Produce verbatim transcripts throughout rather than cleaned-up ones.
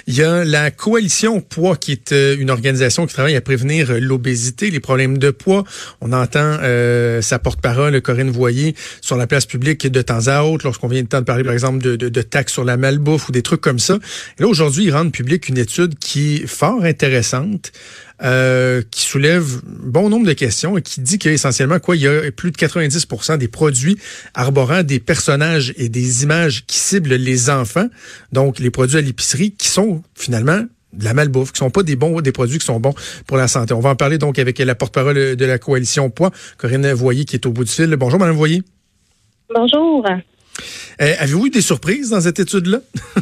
Il y a la Coalition Poids, qui est euh, une organisation qui travaille à prévenir euh, l'obésité, les problèmes de poids. On entend euh, sa porte-parole, Corinne Voyer, sur la place publique de temps à autre, lorsqu'on vient de temps de parler, par exemple, de, de, de taxes sur la malbouffe ou des trucs comme ça. Et là, aujourd'hui, ils rendent public une étude qui est fort intéressante, Euh, qui soulève bon nombre de questions et qui dit qu'essentiellement, quoi, il y a plus de quatre-vingt-dix pour cent des produits arborant des personnages et des images qui ciblent les enfants, donc les produits à l'épicerie, qui sont finalement de la malbouffe, qui sont pas des bons, des produits qui sont bons pour la santé. On va en parler donc avec la porte-parole de la Coalition Poids, Corinne Voyer, qui est au bout du fil. Bonjour, Madame Voyer. Bonjour. Euh, avez-vous eu des surprises dans cette étude-là?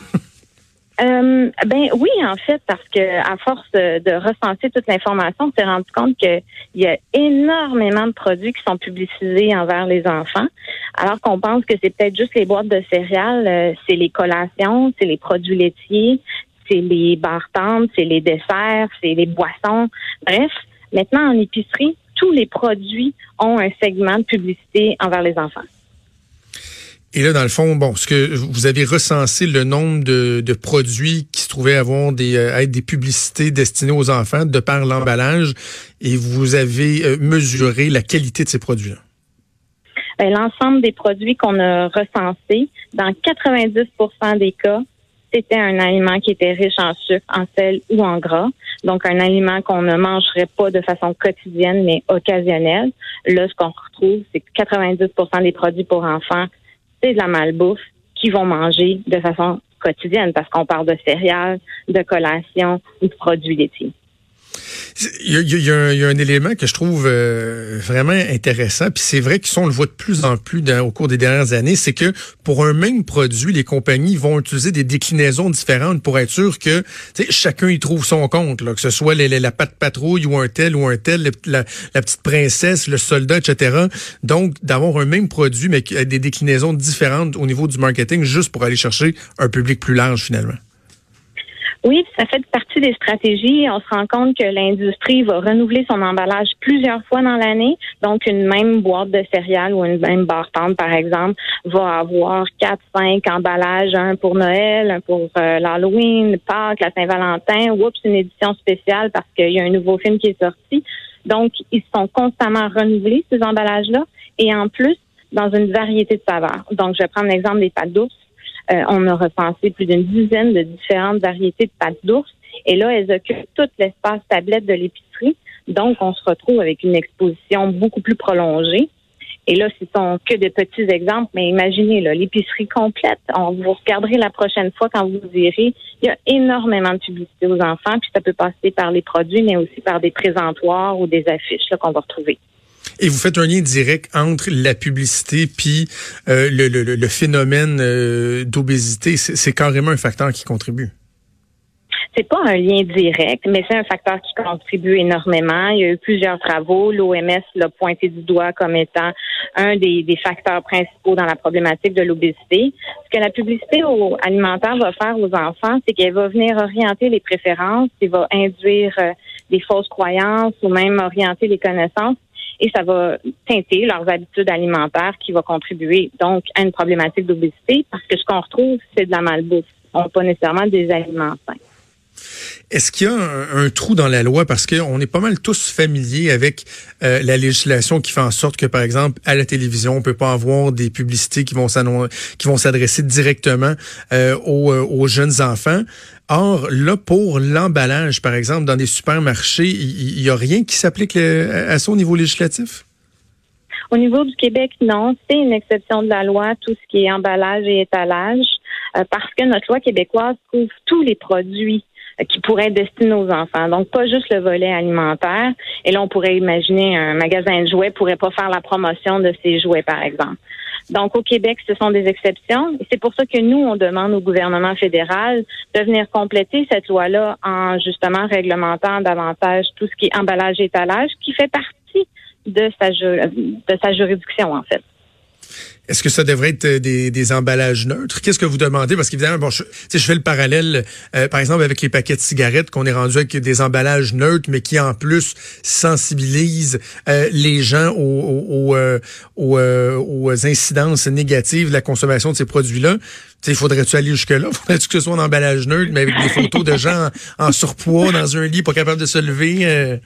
Euh, ben oui, en fait, parce que à force de, de recenser toute l'information, on s'est rendu compte qu'il y a énormément de produits qui sont publicisés envers les enfants, alors qu'on pense que c'est peut-être juste les boîtes de céréales, euh, c'est les collations, c'est les produits laitiers, c'est les barres tendres, c'est les desserts, c'est les boissons. Bref, maintenant en épicerie, tous les produits ont un segment de publicité envers les enfants. Et là, dans le fond, bon, ce que vous avez recensé le nombre de, de produits qui se trouvaient avoir des, euh, être des publicités destinées aux enfants de par l'emballage, et vous avez euh, mesuré la qualité de ces produits-là. Bien, l'ensemble des produits qu'on a recensés, dans quatre-vingt-dix pour cent des cas, c'était un aliment qui était riche en sucre, en sel ou en gras. Donc, un aliment qu'on ne mangerait pas de façon quotidienne, mais occasionnelle. Là, ce qu'on retrouve, c'est que quatre-vingt-dix pour cent des produits pour enfants, c'est de la malbouffe qu'ils vont manger de façon quotidienne, parce qu'on parle de céréales, de collations ou de produits laitiers. Il y a, il y a, un, il y a un élément que je trouve euh, vraiment intéressant, puis c'est vrai qu'on le voit de plus en plus dans, au cours des dernières années, c'est que pour un même produit, les compagnies vont utiliser des déclinaisons différentes pour être sûr que chacun y trouve son compte, là, que ce soit les, les, la patte patrouille ou un tel ou un tel, la, la petite princesse, le soldat, et cetera. Donc, d'avoir un même produit, mais avec des déclinaisons différentes au niveau du marketing, juste pour aller chercher un public plus large, finalement. Oui, ça fait partie des stratégies. On se rend compte que l'industrie va renouveler son emballage plusieurs fois dans l'année. Donc, une même boîte de céréales ou une même barre tendre, par exemple, va avoir quatre, cinq emballages, un pour Noël, un pour euh, l'Halloween, Pâques, la Saint-Valentin. Oups, une édition spéciale parce qu'il y a un nouveau film qui est sorti. Donc, ils sont constamment renouvelés, ces emballages-là. Et en plus, dans une variété de saveurs. Donc, je vais prendre l'exemple des pâtes d'ours. Euh, on a recensé plus d'une dizaine de différentes variétés de pâtes d'ours. Et là, elles occupent tout l'espace tablette de l'épicerie. Donc, on se retrouve avec une exposition beaucoup plus prolongée. Et là, ce sont que de petits exemples, mais imaginez là, l'épicerie complète. On vous regarderez la prochaine fois quand vous irez. Il y a énormément de publicité aux enfants, puis ça peut passer par les produits, mais aussi par des présentoirs ou des affiches là, qu'on va retrouver. Et vous faites un lien direct entre la publicité puis euh, le, le, le phénomène euh, d'obésité. C'est, c'est carrément un facteur qui contribue. C'est pas un lien direct, mais c'est un facteur qui contribue énormément. Il y a eu plusieurs travaux. L'O M S l'a pointé du doigt comme étant un des, des facteurs principaux dans la problématique de l'obésité. Ce que la publicité au, alimentaire va faire aux enfants, c'est qu'elle va venir orienter les préférences, elle va induire euh, des fausses croyances ou même orienter les connaissances. Et ça va teinter leurs habitudes alimentaires qui va contribuer donc à une problématique d'obésité parce que ce qu'on retrouve, c'est de la malbouffe, pas nécessairement des aliments sains. Est-ce qu'il y a un, un trou dans la loi? Parce qu'on est pas mal tous familiers avec euh, la législation qui fait en sorte que, par exemple, à la télévision, on peut pas avoir des publicités qui vont qui vont s'adresser directement euh, aux, aux jeunes enfants. Or, là, pour l'emballage, par exemple, dans des supermarchés, il n'y a rien qui s'applique le, à ça au niveau législatif? Au niveau du Québec, non. C'est une exception de la loi, tout ce qui est emballage et étalage, euh, parce que notre loi québécoise couvre tous les produits qui pourraient être destinés aux enfants. Donc, pas juste le volet alimentaire. Et là, on pourrait imaginer un magasin de jouets pourrait pas faire la promotion de ses jouets, par exemple. Donc, au Québec, ce sont des exceptions. Et c'est pour ça que nous, on demande au gouvernement fédéral de venir compléter cette loi-là en, justement, réglementant davantage tout ce qui est emballage et étalage, qui fait partie de sa, ju- de sa juridiction, en fait. Est-ce que ça devrait être des, des emballages neutres? Qu'est-ce que vous demandez? Parce qu'évidemment, bon, je, je fais le parallèle, euh, par exemple, avec les paquets de cigarettes, qu'on est rendu avec des emballages neutres, mais qui en plus sensibilisent euh, les gens aux, aux, aux, euh, aux, euh, aux incidences négatives de la consommation de ces produits-là. Il faudrait-tu aller jusque-là? Faudrait-tu que ce soit un emballage neutre, mais avec des photos de gens en, en surpoids dans un lit, pas capables de se lever? Euh...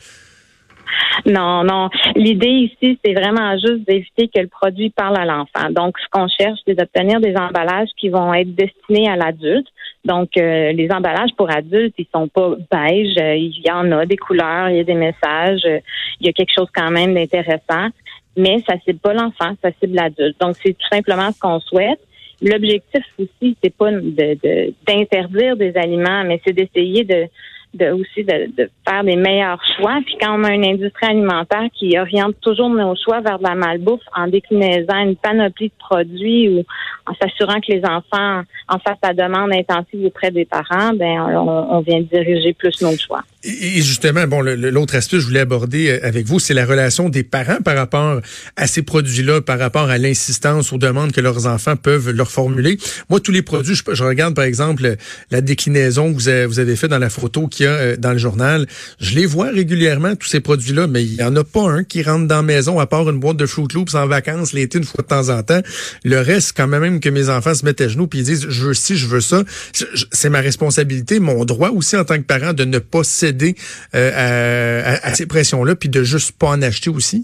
Non, non. L'idée ici, c'est vraiment juste d'éviter que le produit parle à l'enfant. Donc, ce qu'on cherche, c'est d'obtenir des emballages qui vont être destinés à l'adulte. Donc, euh, les emballages pour adultes, ils sont pas beiges. Euh, il y en a des couleurs, il y a des messages. Euh, il y a quelque chose quand même d'intéressant. Mais ça cible pas l'enfant, ça cible l'adulte. Donc, c'est tout simplement ce qu'on souhaite. L'objectif aussi, c'est pas de, de d'interdire des aliments, mais c'est d'essayer de de aussi de, de faire des meilleurs choix. Puis quand on a une industrie alimentaire qui oriente toujours nos choix vers de la malbouffe en déclinaisant une panoplie de produits ou en s'assurant que les enfants en fassent la demande intensive auprès des parents, ben on, on vient diriger plus nos choix. Et justement, bon, le, l'autre aspect que je voulais aborder avec vous, c'est la relation des parents par rapport à ces produits-là, par rapport à l'insistance aux demandes que leurs enfants peuvent leur formuler. Moi, tous les produits, je, je regarde par exemple la déclinaison que vous avez, vous avez fait dans la photo qu'il y a dans le journal. Je les vois régulièrement, tous ces produits-là, mais il n'y en a pas un qui rentre dans la maison, à part une boîte de Fruit Loops en vacances l'été une fois de temps en temps. Le reste, quand même que mes enfants se mettent à genoux puis ils disent, je veux ci, je veux ça. C'est ma responsabilité, mon droit aussi en tant que parent de ne pas céder Euh, à, à, à ces pressions-là, puis de juste pas en acheter aussi?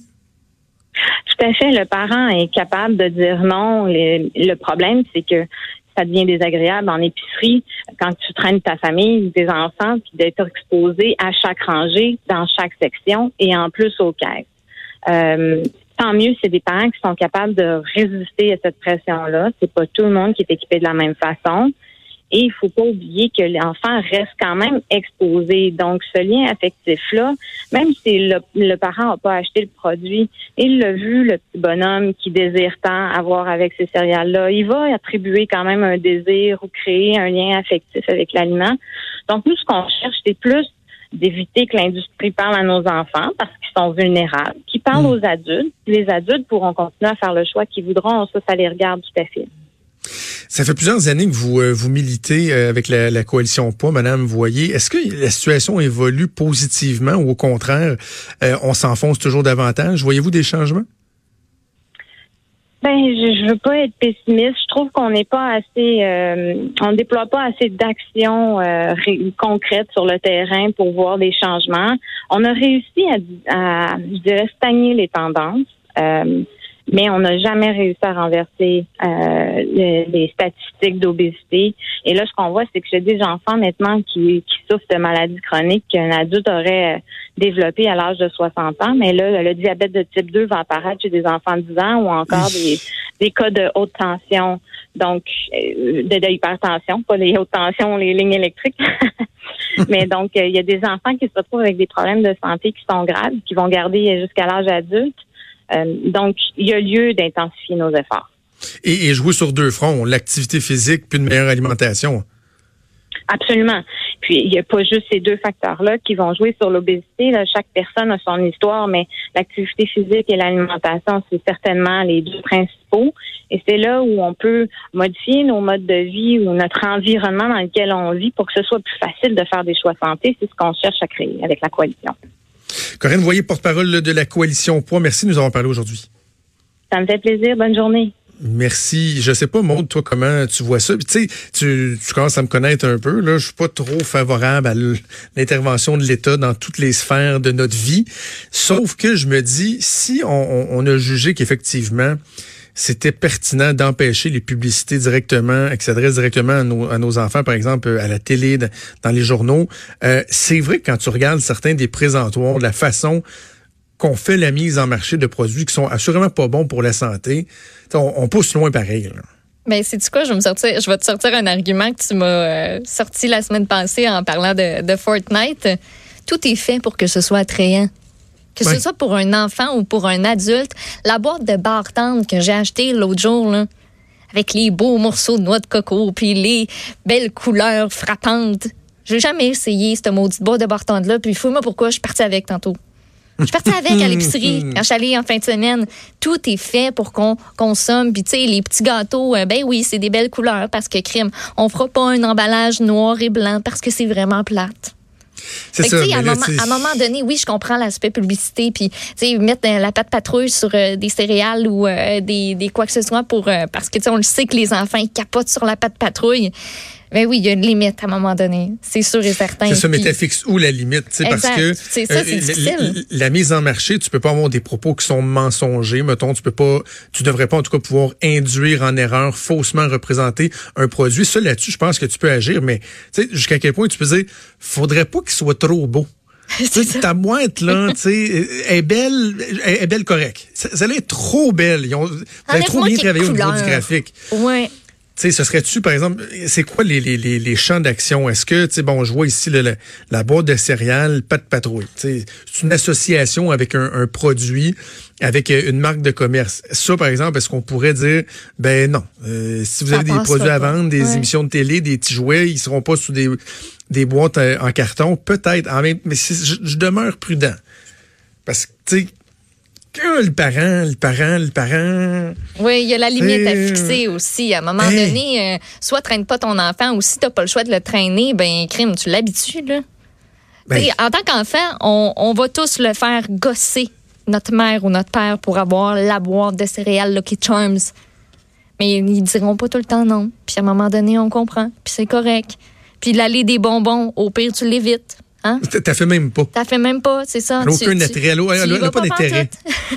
Tout à fait. Le parent est capable de dire non. Le, le problème, c'est que ça devient désagréable en épicerie quand tu traînes ta famille, tes enfants, puis d'être exposé à chaque rangée, dans chaque section, et en plus aux caisses. Euh, tant mieux, c'est des parents qui sont capables de résister à cette pression-là. C'est pas tout le monde qui est équipé de la même façon. Et il faut pas oublier que l'enfant reste quand même exposé. Donc, ce lien affectif-là, même si le, le parent n'a pas acheté le produit, il l'a vu, le petit bonhomme qui désire tant avoir avec ces céréales-là, il va attribuer quand même un désir ou créer un lien affectif avec l'aliment. Donc, nous, ce qu'on cherche, c'est plus d'éviter que l'industrie parle à nos enfants parce qu'ils sont vulnérables, qu'ils parlent mmh. aux adultes. Les adultes pourront continuer à faire le choix qu'ils voudront. Ça, ça les regarde tout à fait. Ça fait plusieurs années que vous euh, vous militez euh, avec la, la coalition P O, Madame Voyer. Est-ce que la situation évolue positivement ou au contraire, euh, on s'enfonce toujours davantage? Voyez-vous des changements? Ben, je, je veux pas être pessimiste. Je trouve qu'on n'est pas assez, euh, on ne déploie pas assez d'actions euh, ré- concrètes sur le terrain pour voir des changements. On a réussi à, à je dirais, stagner les tendances. Euh, Mais on n'a jamais réussi à renverser euh, les, les statistiques d'obésité. Et là, ce qu'on voit, c'est que j'ai des enfants maintenant qui, qui souffrent de maladies chroniques qu'un adulte aurait développé à l'âge de soixante ans. Mais là, le diabète de type deux va apparaître chez des enfants de dix ans ou encore des, des cas de haute tension, donc euh, de, de hypertension, pas les hautes tensions, les lignes électriques. Mais donc, il euh, y a des enfants qui se retrouvent avec des problèmes de santé qui sont graves, qui vont garder jusqu'à l'âge adulte. Euh, donc, il y a lieu d'intensifier nos efforts. Et, et jouer sur deux fronts, l'activité physique puis une meilleure alimentation. Absolument. Puis, il n'y a pas juste ces deux facteurs-là qui vont jouer sur l'obésité. Là, chaque personne a son histoire, mais l'activité physique et l'alimentation, c'est certainement les deux principaux. Et c'est là où on peut modifier nos modes de vie ou notre environnement dans lequel on vit pour que ce soit plus facile de faire des choix santé. C'est ce qu'on cherche à créer avec la coalition. Corinne Voyer, porte-parole de la coalition P O A. Merci de nous avoir parlé aujourd'hui. Ça me fait plaisir. Bonne journée. Merci. Je sais pas, Maude, toi, comment tu vois ça. Tu sais, tu, tu commences à me connaître un peu. Là, je suis pas trop favorable à l'intervention de l'État dans toutes les sphères de notre vie. Sauf que je me dis, si on, on, on a jugé qu'effectivement, c'était pertinent d'empêcher les publicités directement, qui s'adressent directement à nos, à nos enfants, par exemple, à la télé, dans les journaux. Euh, c'est vrai que quand tu regardes certains des présentoirs, de la façon qu'on fait la mise en marché de produits qui sont assurément pas bons pour la santé, on, on pousse loin pareil. Là. Ben, sais-tu quoi? Je vais, me sortir, je vais te sortir un argument que tu m'as euh, sorti la semaine passée en parlant de, de Fortnite. Tout est fait pour que ce soit attrayant. Que ce ouais. soit pour un enfant ou pour un adulte, la boîte de barres tendres que j'ai achetée l'autre jour, là, avec les beaux morceaux de noix de coco puis les belles couleurs frappantes, j'ai jamais essayé cette maudite boîte de barres tendres-là, puis fouille-moi pourquoi je suis partie avec tantôt. Je suis partie avec à l'épicerie quand je suis allée en fin de semaine. Tout est fait pour qu'on consomme. Puis, tu sais, les petits gâteaux, euh, ben oui, c'est des belles couleurs parce que, crime, on fera pas un emballage noir et blanc parce que c'est vraiment plate. C'est fait ça. Que, à, là, moment, à un moment donné, oui, je comprends l'aspect publicité, puis mettre euh, la patte patrouille sur euh, des céréales ou euh, des, des quoi que ce soit pour euh, parce que on le sait que les enfants ils capotent sur la patte patrouille. Mais oui, il y a une limite à un moment donné, c'est sûr et certain. C'est ça, mais t'as fixe où la limite, tu sais, parce que c'est ça, c'est difficile. La, la mise en marché, tu peux pas avoir des propos qui sont mensongers, mettons, tu peux pas, tu devrais pas en tout cas pouvoir induire en erreur, faussement représenter un produit. Ça là-dessus, je pense que tu peux agir, mais tu sais, jusqu'à quel point tu peux dire, faudrait pas qu'il soit trop beau. Ta boîte, là, tu sais, est belle, est belle correcte. Celle-là est trop belle. Ils ont, vous avez trop bien travaillé au niveau du graphique. Ouais. Tu sais, ce serait-tu, par exemple, c'est quoi les, les, les, les champs d'action? Est-ce que, tu sais, bon, je vois ici le, la, la boîte de céréales, pas de patrouille. Tu sais, c'est une association avec un, un produit, avec une marque de commerce. Ça, par exemple, est-ce qu'on pourrait dire, ben non, euh, si vous Ça avez des produits à vendre, des ouais. émissions de télé, des petits jouets, ils seront pas sous des, des boîtes en carton, peut-être. En même, mais je, je demeure prudent. Parce que, tu sais, que le parent, le parent, le parent... Oui, il y a la limite à fixer aussi. À un moment hey. donné, euh, soit traîne pas ton enfant, ou si t'as pas le choix de le traîner, ben crime, tu l'habitues, là. Ben. En tant qu'enfant, on, on va tous le faire gosser notre mère ou notre père pour avoir la boîte de céréales Lucky Charms. Mais ils diront pas tout le temps non. Puis à un moment donné, on comprend. Puis c'est correct. Puis l'allée des bonbons, au pire, tu l'évites. Hein? T'as fait même pas. T'as fait même pas, c'est ça. Elle n'a aucun intérêt. Elle n'a pas d'intérêt.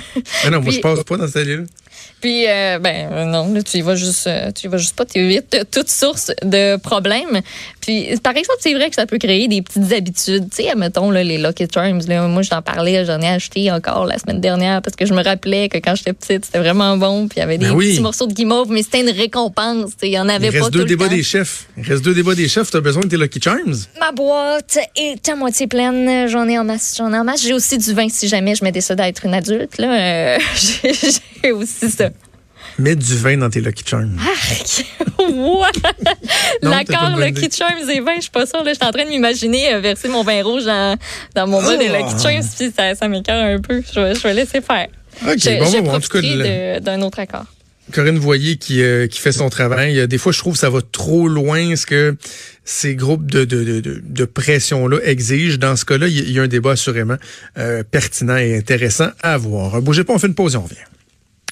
Ah non, moi, Puis, je passe pas dans cette allée-là. Puis, euh, ben, euh, non, là, tu y vas juste, euh, tu y vas juste pas, t'évites toute source de problème. Puis, par exemple, c'est vrai que ça peut créer des petites habitudes. Tu sais, admettons, là, les Lucky Charms, là, moi, je t'en parlais, j'en ai acheté encore la semaine dernière parce que je me rappelais que quand j'étais petite, c'était vraiment bon. Puis, il y avait des ben oui. petits morceaux de guimauve, mais c'était une récompense. Il y en avait il pas reste tout deux le débats temps. des chefs. Il reste deux débats des chefs. Tu as besoin de tes Lucky Charms? Ma boîte est à moitié pleine. J'en ai en masse. J'en ai en masse. J'ai aussi du vin si jamais je me décide d'être une adulte. Là, euh, j'ai, j'ai aussi ça. Mets du vin dans tes Lucky Charms. Arc! Ouais! L'accord Lucky Charms et vin, je suis pas sûre. Là, je suis en train de m'imaginer euh, verser mon vin rouge dans, dans mon bol oh. de Lucky Charms, puis ça, ça m'écoeure un peu. Je vais, je vais laisser faire. OK, je, bon, je bon, en tout cas, de, d'un autre accord. Corinne Voyer qui, euh, qui fait son travail. Des fois, je trouve que ça va trop loin ce que ces groupes de, de, de, de, de pression-là exigent. Dans ce cas-là, il y a un débat assurément euh, pertinent et intéressant à avoir. Bougez pas, on fait une pause et on revient.